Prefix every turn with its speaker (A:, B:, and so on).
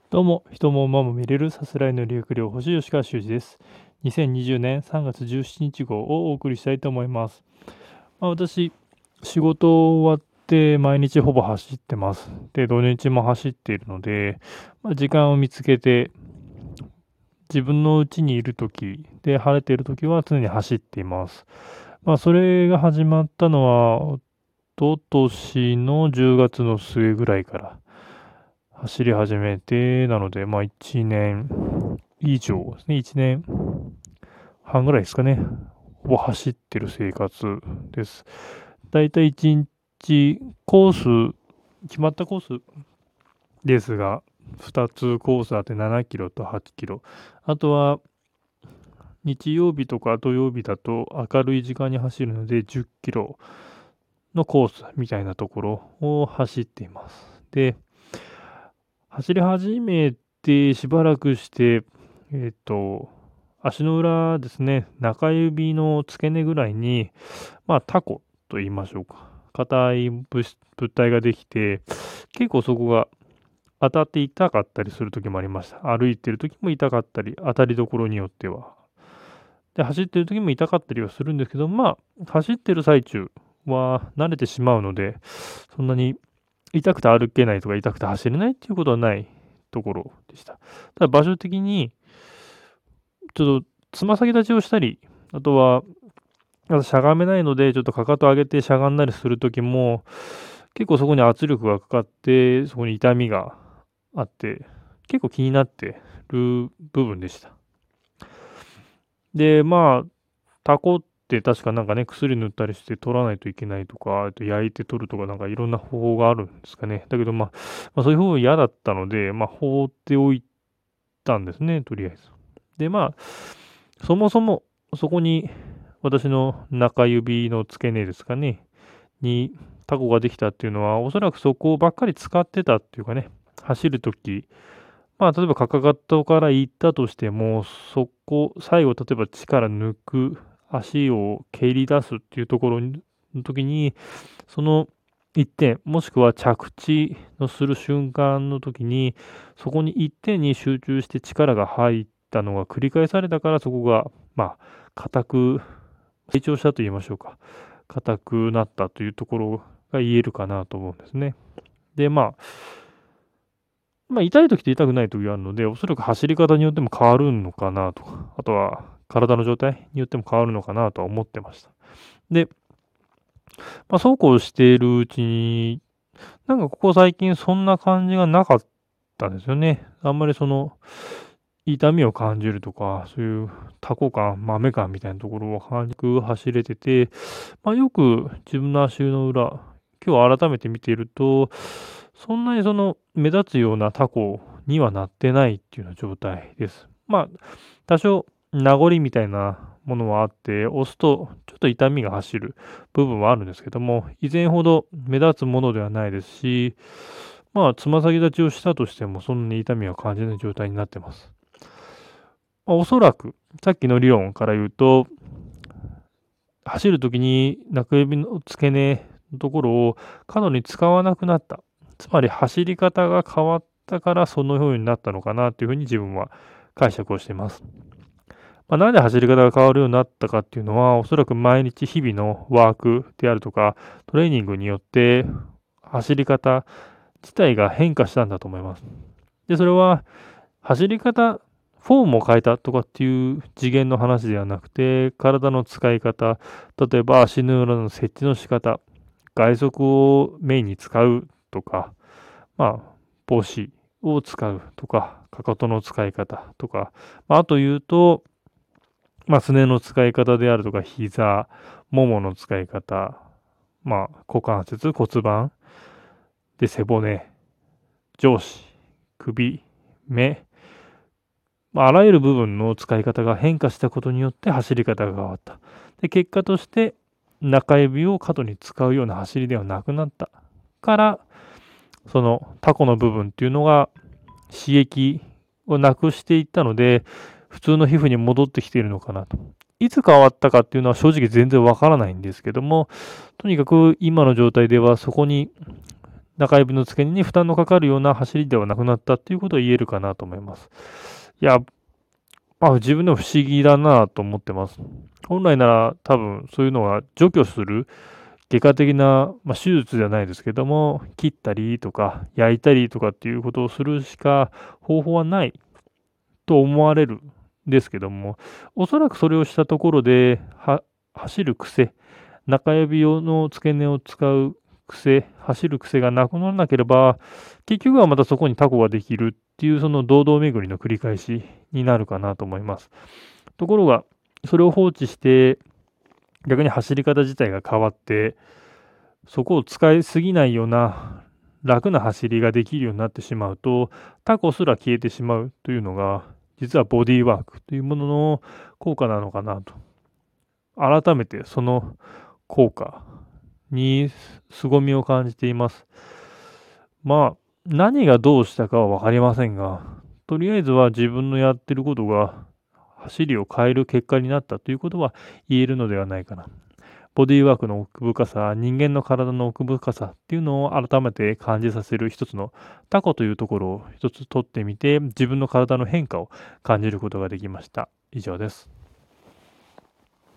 A: どうも、人も馬も見れるさすらいの理学療法士吉川修司です。2020年3月17日号をお送りしたいと思います。私、仕事終わって毎日ほぼ走ってます。で、土日も走っているので、時間を見つけて、自分の家にいるときで晴れているときは常に走っています。それが始まったのは、一昨年の10月の末ぐらいから走り始めて、なので、1年以上ですね。1年半ぐらいですかね。ほぼ走ってる生活です。だいたい1日コース、決まったコースですが、2つコースあって7キロと8キロ。あとは、日曜日とか土曜日だと明るい時間に走るので10キロのコースみたいなところを走っています。で、走り始めてしばらくして、足の裏ですね、中指の付け根ぐらいに、タコと言いましょうか。硬い物体ができて、結構そこが当たって痛かったりする時もありました。歩いてる時も痛かったり、当たりどころによっては。で、走ってる時も痛かったりはするんですけど、走ってる最中は慣れてしまうので、そんなに痛くて歩けないとか痛くて走れないっていうことはないところでした。ただ場所的に、ちょっとつま先立ちをしたり、あとは、しゃがめないので、ちょっとかかと上げてしゃがんだりするときも、結構そこに圧力がかかって、そこに痛みがあって、結構気になってる部分でした。で、タコって確かなんかね、薬塗ったりして取らないといけないとか、あと焼いて取るとかなんかいろんな方法があるんですかね。だけどそういう方法嫌だったので、放っておいたんですね、とりあえず。で、そもそもそこに私の中指の付け根ですかね、にタコができたっていうのは、おそらくそこばっかり使ってたっていうかね、走るとき、例えばかかとから行ったとしても、そこ、最後、例えば力抜く、足を蹴り出すっていうところの時に、その一点、もしくは着地のする瞬間の時に、そこに一点に集中して力が入ったのが繰り返されたから、そこが、硬く成長したと言いましょうか。硬くなったというところが言えるかなと思うんですね。で、痛い時と痛くない時があるので、おそらく走り方によっても変わるのかなとか、あとは体の状態によっても変わるのかなとは思ってました。で、そうこうしているうちに、なんかここ最近そんな感じがなかったんですよね。あんまり痛みを感じるとか、そういうタコ感、豆感みたいなところを感じく走れてて、よく自分の足の裏、今日改めて見ていると、そんなに目立つようなタコにはなってないっていうような状態です。多少名残みたいなものはあって、押すとちょっと痛みが走る部分はあるんですけども、以前ほど目立つものではないですし、つま先立ちをしたとしてもそんなに痛みは感じない状態になってます。おそらく、さっきの理論から言うと、走るときに中指の付け根のところを過度に使わなくなった。つまり走り方が変わったからそのようになったのかなというふうに自分は解釈をしています。なんで走り方が変わるようになったかっていうのは、おそらく毎日日々のワークであるとか、トレーニングによって走り方自体が変化したんだと思います。で、それは走り方、フォームを変えたとかっていう次元の話ではなくて、体の使い方、例えば足の裏の設置の仕方、外側をメインに使うとか、帽子を使うとか、かかとの使い方とか、あと言うと、すねの使い方であるとか、膝、ももの使い方、股関節、骨盤、で、背骨、上肢、首、目、あらゆる部分の使い方が変化したことによって走り方が変わった。で、結果として中指を過度に使うような走りではなくなったから、そのタコの部分っていうのが刺激をなくしていったので、普通の皮膚に戻ってきているのかなと。いつ変わったかっていうのは正直全然わからないんですけども、とにかく今の状態ではそこに中指の付け根に負担のかかるような走りではなくなったということを言えるかなと思います。いや、自分でも不思議だなと思ってます。本来なら多分そういうのは除去する外科的な、手術じゃないですけども、切ったりとか焼いたりとかっていうことをするしか方法はないと思われるんですけども、おそらくそれをしたところで、走る癖、中指用の付け根を使う癖、走る癖がなくならなければ、結局はまたそこにタコができるっていうその堂々巡りの繰り返しになるかなと思います。ところが、それを放置して、逆に走り方自体が変わって、そこを使いすぎないような楽な走りができるようになってしまうと、タコすら消えてしまうというのが、実はボディーワークというものの効果なのかなと。改めてその効果に凄みを感じています。何がどうしたかは分かりませんが、とりあえずは自分のやってることが走りを変える結果になったということは言えるのではないかな。ボディーワークの奥深さ、人間の体の奥深さっていうのを改めて感じさせる一つのタコというところを一つ取ってみて、自分の体の変化を感じることができました。以上です。